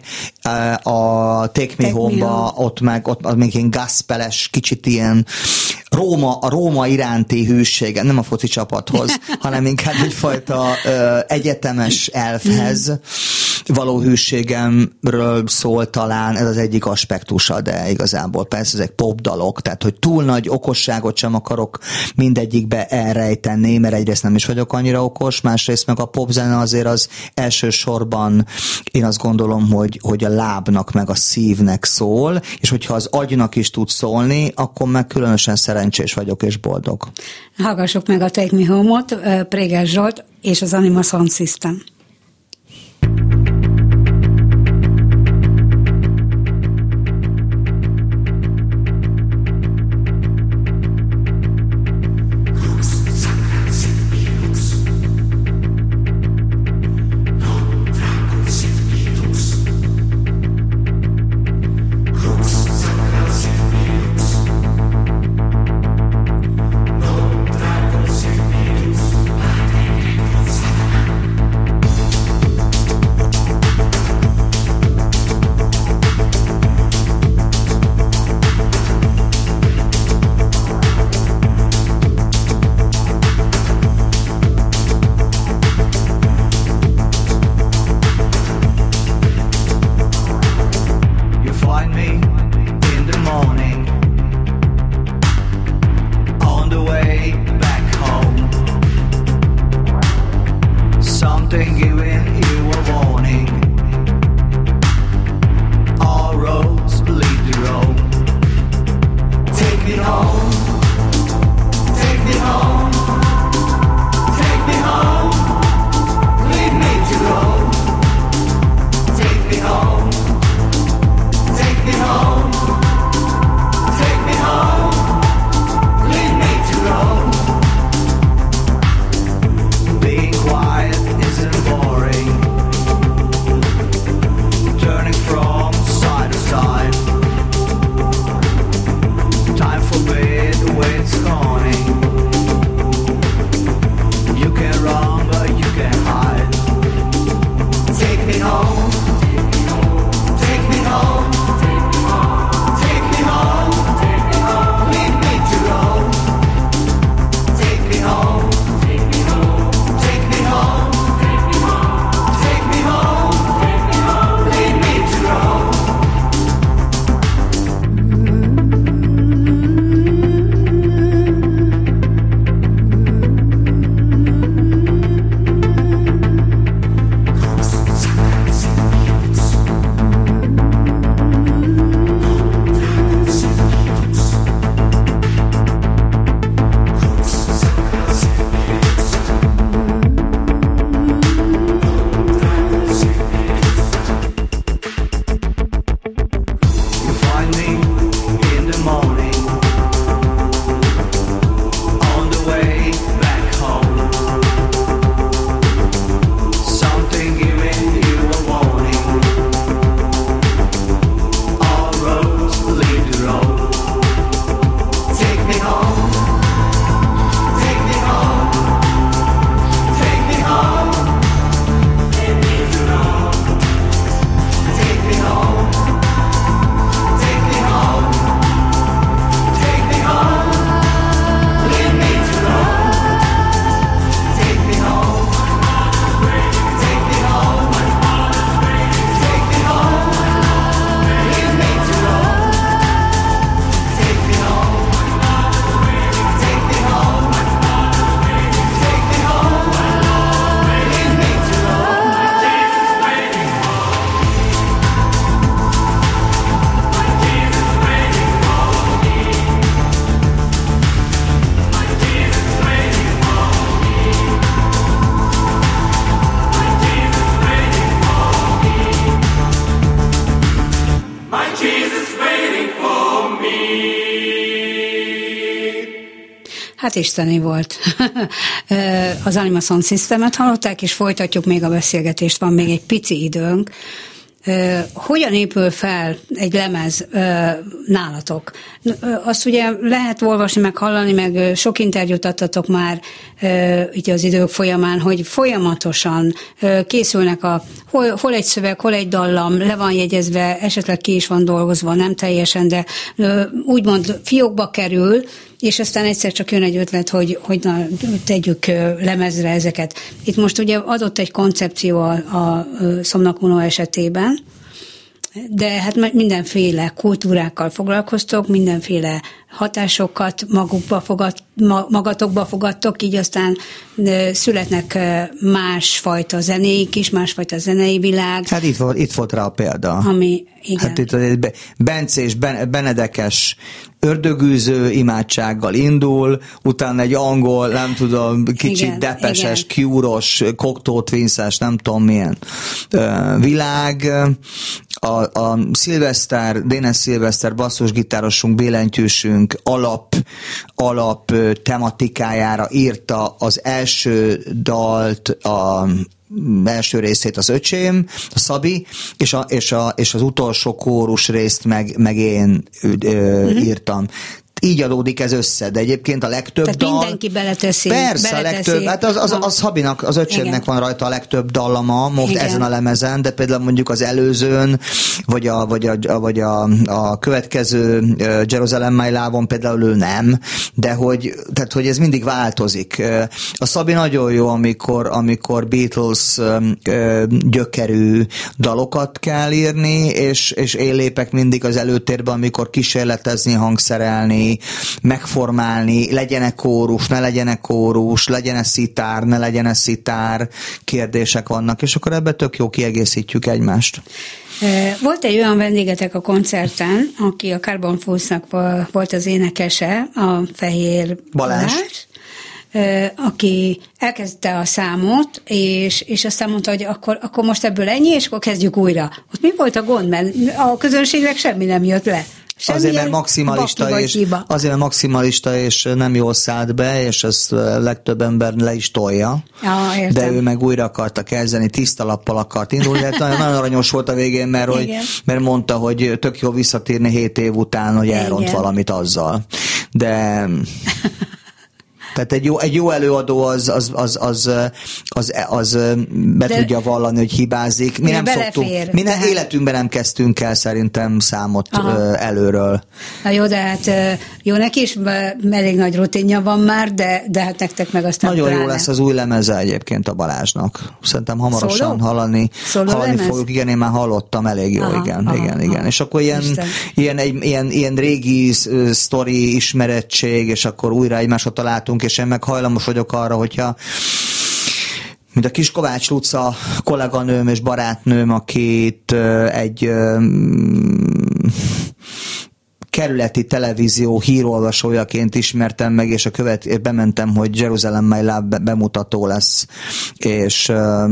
A Take Me Home-ba ott meg, ott még ilyen gospeles, kicsit ilyen Róma, a Róma iránti hűsége, nem a foci csapathoz, hanem inkább egyfajta ö, egyetemes elfhez való hűségemről szól talán, ez az egyik aspektusa, de igazából persze ezek popdalok, tehát hogy túl nagy okosságot sem akarok mindegyikbe elrejteni, mert egyrészt nem is vagyok annyira okos, másrészt meg a popzene azért az elsősorban én azt gondolom, hogy, hogy a lábnak meg a szívnek szól, és hogyha az agynak is tud szólni, akkor meg különösen szerencsés vagyok és boldog. Hallgassuk meg a Take Me Home-ot, Préger Zsolt és az Anima Sound System. Lux, sacra, sit, lux. No, Something giving you a warning. All roads lead to Rome. Take me home. Take me home. Take me home. Lead me to Rome. Take me home. Take me home. Take me home. Lead me to Rome. Being quiet isn't boring. Turning from side to side. Time forbid waits scorning. You can run but you can hide. Take me home. Take me home. Take me home. Lead me to Rome. Take me home. Take me home. Take me home. Take me home. Lead me to Rome. You find me in the morning, on the way back home. Something giving you a warning. All roads lead to Rome. Take me home. Take me home. Take me home. Take me to Rome. Take me home. Take me home. Take me home. Lead me to Rome. Take me home. Take me home. Take me home. Lead me to Rome. Take me home. Take me home. Take me home. Lead me to Rome. Hát isteni volt. Az Anima Sound Systemet hallották, és folytatjuk még a beszélgetést, van még egy pici időnk. Hogyan épül fel egy lemez nálatok? Azt ugye lehet olvasni, meg hallani, meg sok interjút adtatok már így az idők folyamán, hogy folyamatosan készülnek a hol, hol egy szöveg, hol egy dallam, le van jegyezve, esetleg ki is van dolgozva, nem teljesen, de úgymond fiókba kerül, és aztán egyszer csak jön egy ötlet, hogy, hogy na, tegyük lemezre ezeket. Itt most ugye adott egy koncepció a, a Szomnak Uno esetében, de hát mindenféle kultúrákkal foglalkoztok, mindenféle hatásokat magukba fogad, magatokba fogadtok, így aztán születnek másfajta zenék is, másfajta zenei világ. Hát itt volt, itt volt rá a példa. Ami, igen. Hát itt egy bencés, benedekes ördögűző imádsággal indul, utána egy angol, nem tudom, kicsit igen, depeses, Cure-os, Cocteau Twins-es, nem tudom milyen uh, világ. A, a Szilveszter, Dénes Szilveszter basszusgitárosunk, billentyűsünk alap, alap tematikájára írta az első dalt, a első részét az öcsém, a Szabi, és, a, és, a, és az utolsó kórus részt meg, meg én ö, uh-huh. írtam. Így adódik ez össze, de egyébként a legtöbb Tehát dal... mindenki beleteszi. Persze, beleteszi. a legtöbb, hát az, az, az Szabinak, az öcsémnek van rajta a legtöbb dallama, most igen. ezen a lemezen, de például mondjuk az előzőn, vagy a, vagy a, vagy a, a következő uh, Jerusalem My Love-on például ő nem, de hogy, tehát, hogy ez mindig változik. A Szabi nagyon jó, amikor, amikor Beatles um, uh, gyökerű dalokat kell írni, és, és én lépek mindig az előtérbe, amikor kísérletezni, hangszerelni, megírni, megformálni, legyen-e kórus, ne legyen-e kórus, legyen-e szitár, ne legyen-e szitár kérdések vannak, és akkor ebbe tök jó kiegészítjük egymást. Volt egy olyan vendégetek a koncerten, aki a Carbon Foodsnak volt az énekese, a Fehér Balázs, Balázs, aki elkezdte a számot, és, és aztán mondta, hogy akkor, akkor most ebből ennyi, és akkor kezdjük újra. Ott mi volt a gond? Mert a közönségnek semmi nem jött le. Semmi azért, mert maximalista, és, azért, mert maximalista, és nem jól szállt be, és ezt legtöbb ember le is tolja. Ja, de ő meg újra akarta kezdeni, tiszta lappal akart indulni, de nagyon, nagyon aranyos volt a végén, mert, hogy, mert mondta, hogy tök jó visszatérni hét év után, hogy elront igen. valamit azzal. De... Tehát egy jó, egy jó előadó az, az, az, az, az, az be de tudja vallani, hogy hibázik. Mi nem belefér, szoktunk, mi ne, életünkben nem kezdtünk el szerintem számot Aha. előről. Na jó, de hát jó, neki is elég nagy rutinja van már, de, de hát nektek meg aztán nagyon pláne. Jó lesz az új lemeze egyébként a Balázsnak. Szerintem hamarosan Szóló? hallani, hallani fogjuk. Igen, én már hallottam, elég jó, aha, igen, aha, igen, aha. igen. És akkor ilyen, ilyen, egy, ilyen, ilyen régi sztori, ismerettség, és akkor újra egymásra találtunk, és én meg hajlamos vagyok arra, hogyha mint a kis Kovács Luca kolléganőm és barátnőm, akit egy kerületi televízió hírolvasójaként ismertem meg, és a követ, bementem, hogy Jerusalem My Love bemutató lesz, és,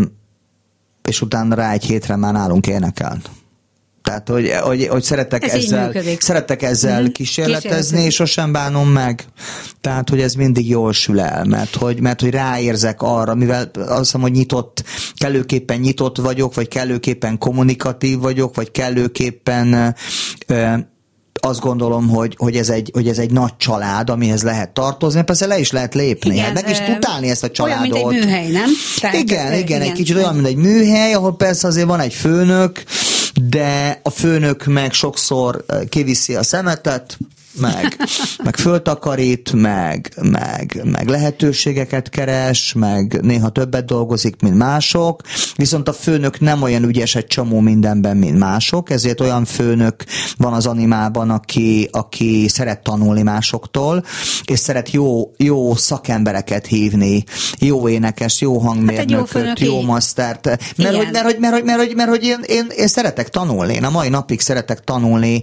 és utána rá egy hétre már nálunk énekel. Tehát, hogy, hogy, hogy szeretek, ezzel, szeretek ezzel mm-hmm. kísérletezni, és sosem bánom meg. Tehát, hogy ez mindig jól sül el, mert hogy, mert hogy ráérzek arra, mivel azt hiszem, hogy nyitott, kellőképpen nyitott vagyok, vagy kellőképpen kommunikatív vagyok, vagy kellőképpen ö, azt gondolom, hogy, hogy, ez egy, hogy ez egy nagy család, amihez lehet tartozni, persze le is lehet lépni, igen, hát meg is utálni ezt a családot. Olyan, mint egy műhely, nem? Tehát, igen, igen, igen, egy kicsit olyan, mint egy műhely, ahol persze azért van egy főnök, de a főnök meg sokszor kiviszi a szemetet, meg, meg föltakarít, meg, meg, meg lehetőségeket keres, meg néha többet dolgozik, mint mások, viszont a főnök nem olyan ügyes egy csomó mindenben, mint mások, ezért olyan főnök van az animában, aki, aki szeret tanulni másoktól, és szeret jó, jó szakembereket hívni, jó énekes, jó hangmérnököt, hát jó, jó masztert, mert hogy, mert, hogy, mert, hogy, mert, hogy, mert, hogy, mert hogy én, én, én szeretek tanulni, én a mai napig szeretek tanulni,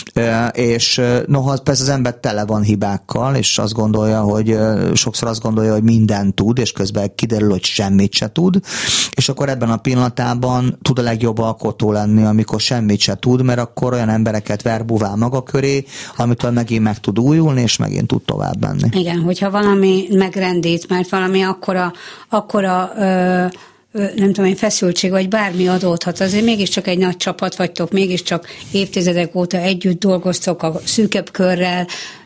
és noha persze az ember tele van hibákkal, és azt gondolja, hogy sokszor azt gondolja, hogy mindent tud, és közben kiderül, hogy semmit se tud, és akkor ebben a pillanatában tud a legjobb alkotó lenni, amikor semmit se tud, mert akkor olyan embereket verbuvál maga köré, amitől megint meg tud újulni, és megint tud tovább menni. Igen, hogyha valami megrendít, mert valami akkora, akkora ö, nem tudom, egy feszültség, vagy bármi adódhat, azért mégiscsak egy nagy csapat vagytok, mégiscsak évtizedek óta együtt dolgoztok a szűkebb körrel,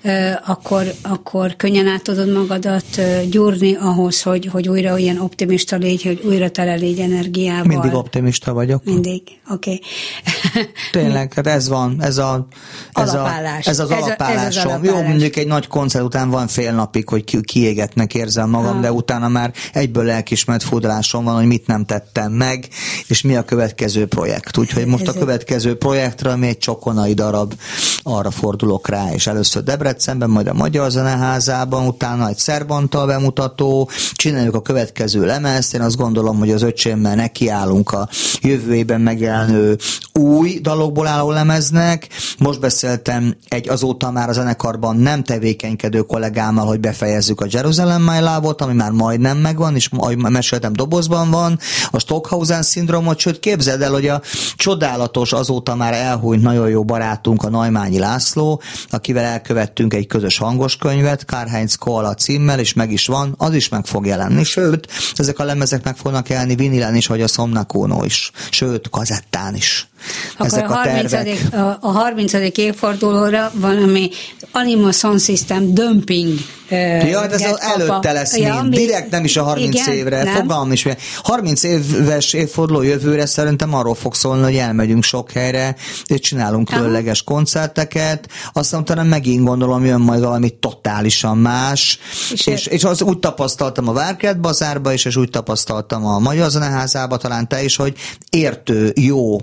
akkor, akkor könnyen át tudod magadat gyúrni ahhoz, hogy, hogy újra ilyen optimista légy, hogy újra tele légy energiával. Mindig optimista vagyok. Mindig, oké. Okay. Tényleg, hát ez van, ez, a, ez, alapállás. a, ez az ez alapállásom. A, ez az alapállás. Jó, mondjuk egy nagy koncert után van fél napig, hogy ki, kiégetnek érzem magam, ha. De utána már egyből lelkismert furdalásom van, hogy mit nem tettem meg, és mi a következő projekt. Úgyhogy most ez a következő projektre, ami egy csokonai darab, arra fordulok rá, és először Debrecenben, majd a Magyar Zeneházában, utána egy Szerbantal bemutató, csináljuk a következő lemezt, én azt gondolom, hogy az öcsémmel nekiállunk a jövő évben megjelenő új dalokból álló lemeznek. Most beszéltem egy azóta már a zenekarban nem tevékenykedő kollégámmal, hogy befejezzük a Jerusalem My Love-ot, ami már majdnem megvan, és ahogy meséltem, dobozban van, a Stockhausen-szindrómot, sőt képzeld el, hogy a csodálatos, azóta már elhúnyt nagyon jó barátunk, a Naimányi László, akivel elkövettünk egy közös hangoskönyvet, Karl-Heinz Koala címmel, és meg is van, az is meg fog jelenni, sőt, ezek a lemezek meg fognak jelenni vinilen is, vagy a Somnakuno is, sőt, kazettán is. Akkor ezek a, a tervek. A harmincadik évfordulóra valami Anima Sound System Dumping. Ja, hát ez az előtte lesz ja, mind. Direkt nem is a harminc igen, évre. Fogalmam is. harminc éves évforduló jövőre szerintem arról fog szólni, hogy elmegyünk sok helyre, és csinálunk különleges koncerteket. Aztán utána megint gondolom, jön majd valami totálisan más. És, és, és az úgy tapasztaltam a Várkert Bazárba is, és úgy tapasztaltam a Magyar Zeneházába, talán te is, hogy értő, jó közönség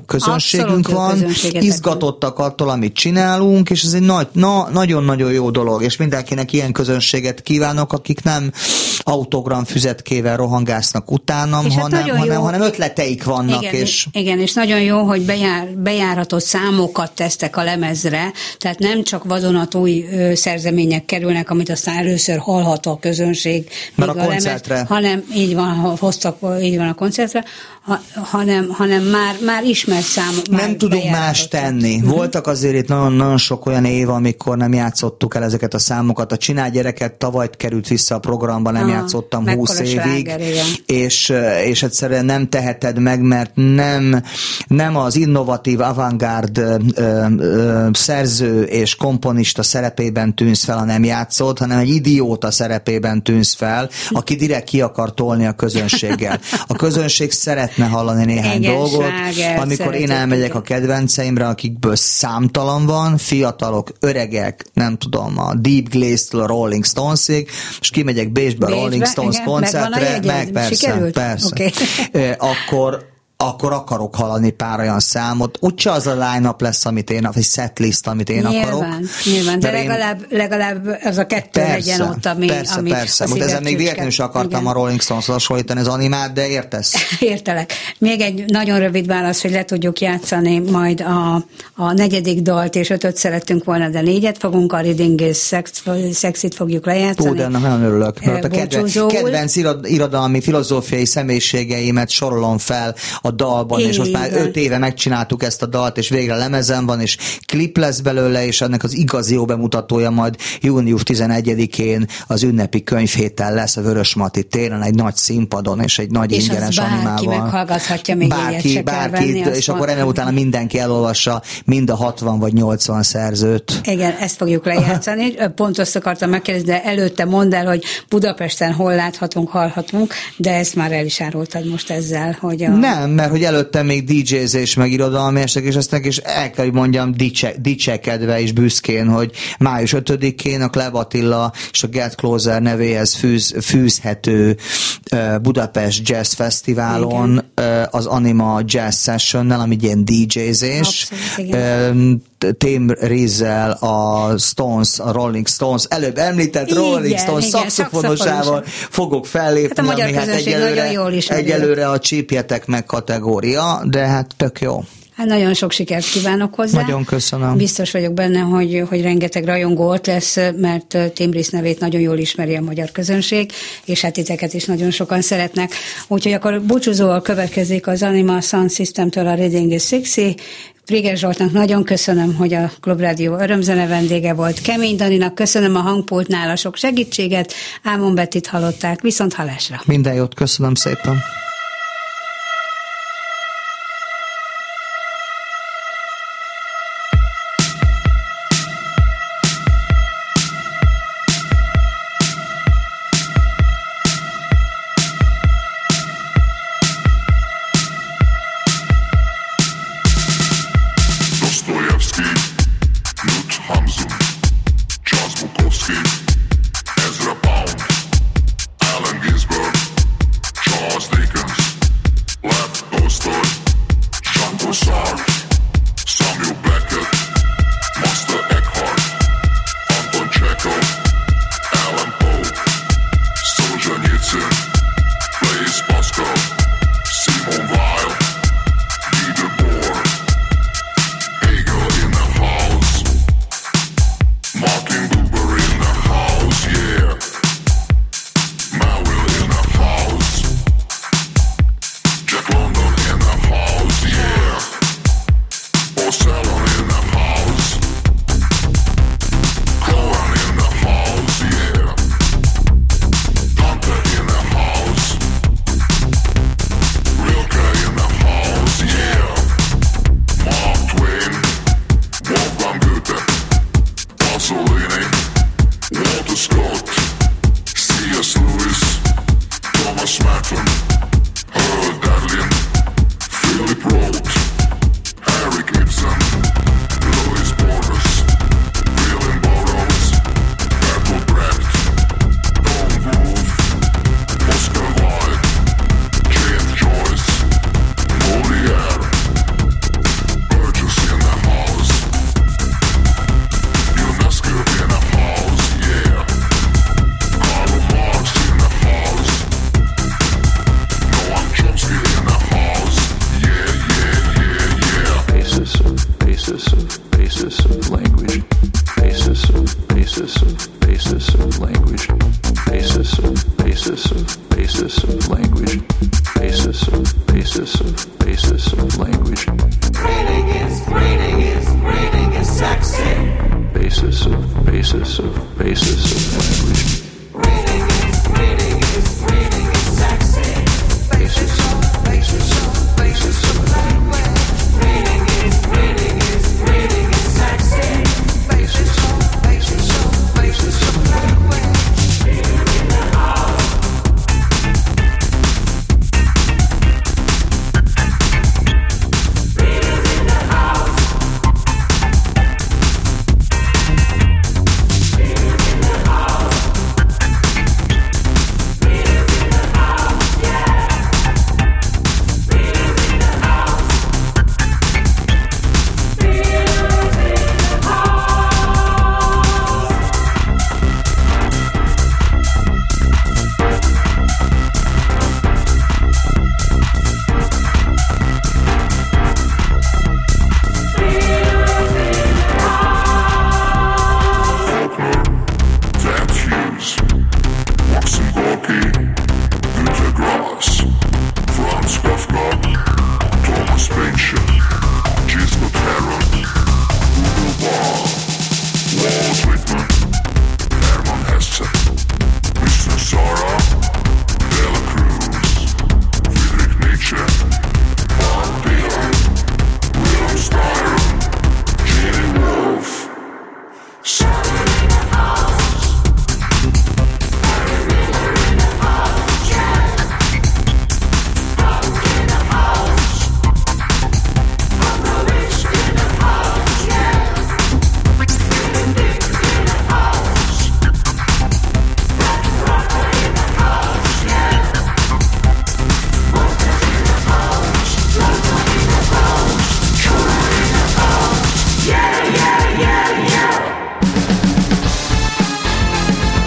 közönségünk van, izgatottak attól, amit csinálunk, és ez egy nagy, na, nagyon-nagyon jó dolog, és mindenkinek ilyen közönséget kívánok, akik nem autogramfüzetkével rohangásznak utánam, és hanem, hát hanem, hanem ötleteik vannak. Igen, és... igen, és nagyon jó, hogy bejár, bejáratott számokat tesztek a lemezre, tehát nem csak vadonatúj ö, szerzemények kerülnek, amit aztán először hallhat a közönség, még a, a koncertre. Lemez, hanem így van, hoztak, így van a koncertre, ha, hanem, hanem már, már ismert számok. Nem tudunk más tenni. Uh-huh. Voltak azért itt nagyon-nagyon sok olyan év, amikor nem játszottuk el ezeket a számokat. A Csinálj gyereket tavaly került vissza a programba, nem Aha, játszottam húsz évig, sláger, és, és egyszerűen nem teheted meg, mert nem, nem az innovatív avantgárd ö, ö, szerző és komponista szerepében tűnsz fel, ha nem játszod, hanem egy idióta szerepében tűnsz fel, aki direkt ki akar tolni a közönséggel. A közönség szeretne hallani néhány igen, dolgot, sláger, amikor én elmegyek igen. a kedvenceimre, akikből számtalan van, fiatalok, öregek, nem tudom, a Deep Glaze-től a Rolling Stones-ig, és kimegyek Bécsbe a Rolling Stones igen, koncertre, meg persze, Sikerült? persze. Okay. Akkor akkor akarok hallani pár olyan számot. Úgyse az a line-up lesz, amit én, vagy setlist, amit én nyilván, akarok. Nyilván, de, de legalább, én... legalább az a kettő persze, legyen ott, ami... Persze, ami persze. Most ezen még véletlenül is akartam igen. a Rolling Stones-hoz hasonlítani az animát, de értesz? Értelek. Még egy nagyon rövid válasz, hogy le tudjuk játszani majd a, a negyedik dalt, és ötöt szerettünk volna, de négyet fogunk, a Reading is Sex, Sexit fogjuk lejátszani. Ó, de ennek nagyon örülök, mert a kedvenc, kedvenc irodalmi, filozófiai személyiségeimet sorolom fel a dalban, Én és most már öt éve megcsináltuk ezt a dalt, és végre lemezen van, és klip lesz belőle, és ennek az igazi jó bemutatója majd június tizenegyedikén az ünnepi könyvhéten lesz a Vörösmarty téren, egy nagy színpadon, és egy nagy és ingyenes animával. És bárki meghallgathatja, még bárki, ilyet se bárki, kell venni, és akkor ennek utána mindenki elolvassa mind a hatvan vagy nyolcvan szerzőt. Igen, ezt fogjuk lejátszani. Pont azt akartam megkérdezni, de előtte mondd el, hogy Budapesten hol láthatunk, hallhatunk, de ezt már el is árultad most ezzel, hogy a... Nem, mert hogy előtte még dé jézés meg irodalmi estek, és aztán is el kell, hogy mondjam, dicse, dicsekedve és büszkén, hogy május ötödikén a Kleb Attila és a Get Closer nevéhez fűz, fűzhető uh, Budapest Jazz Fesztiválon uh, az Anima Jazz Sessionnel, ami ilyen dé jézés. Tim Rizzel, a Stones, a Rolling Stones, előbb említett igen, Rolling Stones szaxofonosával fogok fellépni, hát ami hát egyelőre, egyelőre a csípjetek meg kategória, de hát tök jó. Hát nagyon sok sikert kívánok hozzá. Nagyon köszönöm. Biztos vagyok benne, hogy, hogy rengeteg rajongó ott lesz, mert Tim Riz nevét nagyon jól ismeri a magyar közönség, és hát titeket is nagyon sokan szeretnek. Úgyhogy akkor búcsúzóval következik az Anima Sound System-től a Reading is Sexy. Priger Zsoltnak nagyon köszönöm, hogy a Klubrádió örömzene vendége volt. Kemény Daninak köszönöm a hangpultnál a sok segítséget. Ámon Bettit hallották. Viszont hallásra. Minden jót, köszönöm szépen. Ezra Pound, Allen Ginsberg, Charles Dickens. basis of, basis of, basis of language. Reading is, reading is, reading is sexy. Basis of, basis of, basis of language. Reading is, reading is, reading is sexy. Basis of, basis of, basis of language. Reading is, reading is, reading is sexy. Basis of, basis of, basis of language. Reading in the house. Reading in the house. Reading in the house. Reading in the house, yeah. Reading in the house. Reading in the house. Dance Hughes, Maxim Gorky, Günter Grass, Franz Kafka, Thomas Pynchon, Gisbert Heron, Hugo Ball, Walt Whitman, Hermann Hesse, Mister Sara, Dela Cruz, Friedrich Nietzsche, Bob Dylan, William Styron, Gene Wolfe.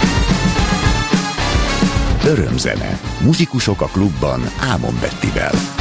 Örömzene. Muzsikusok a klubban Ámon Bettivel.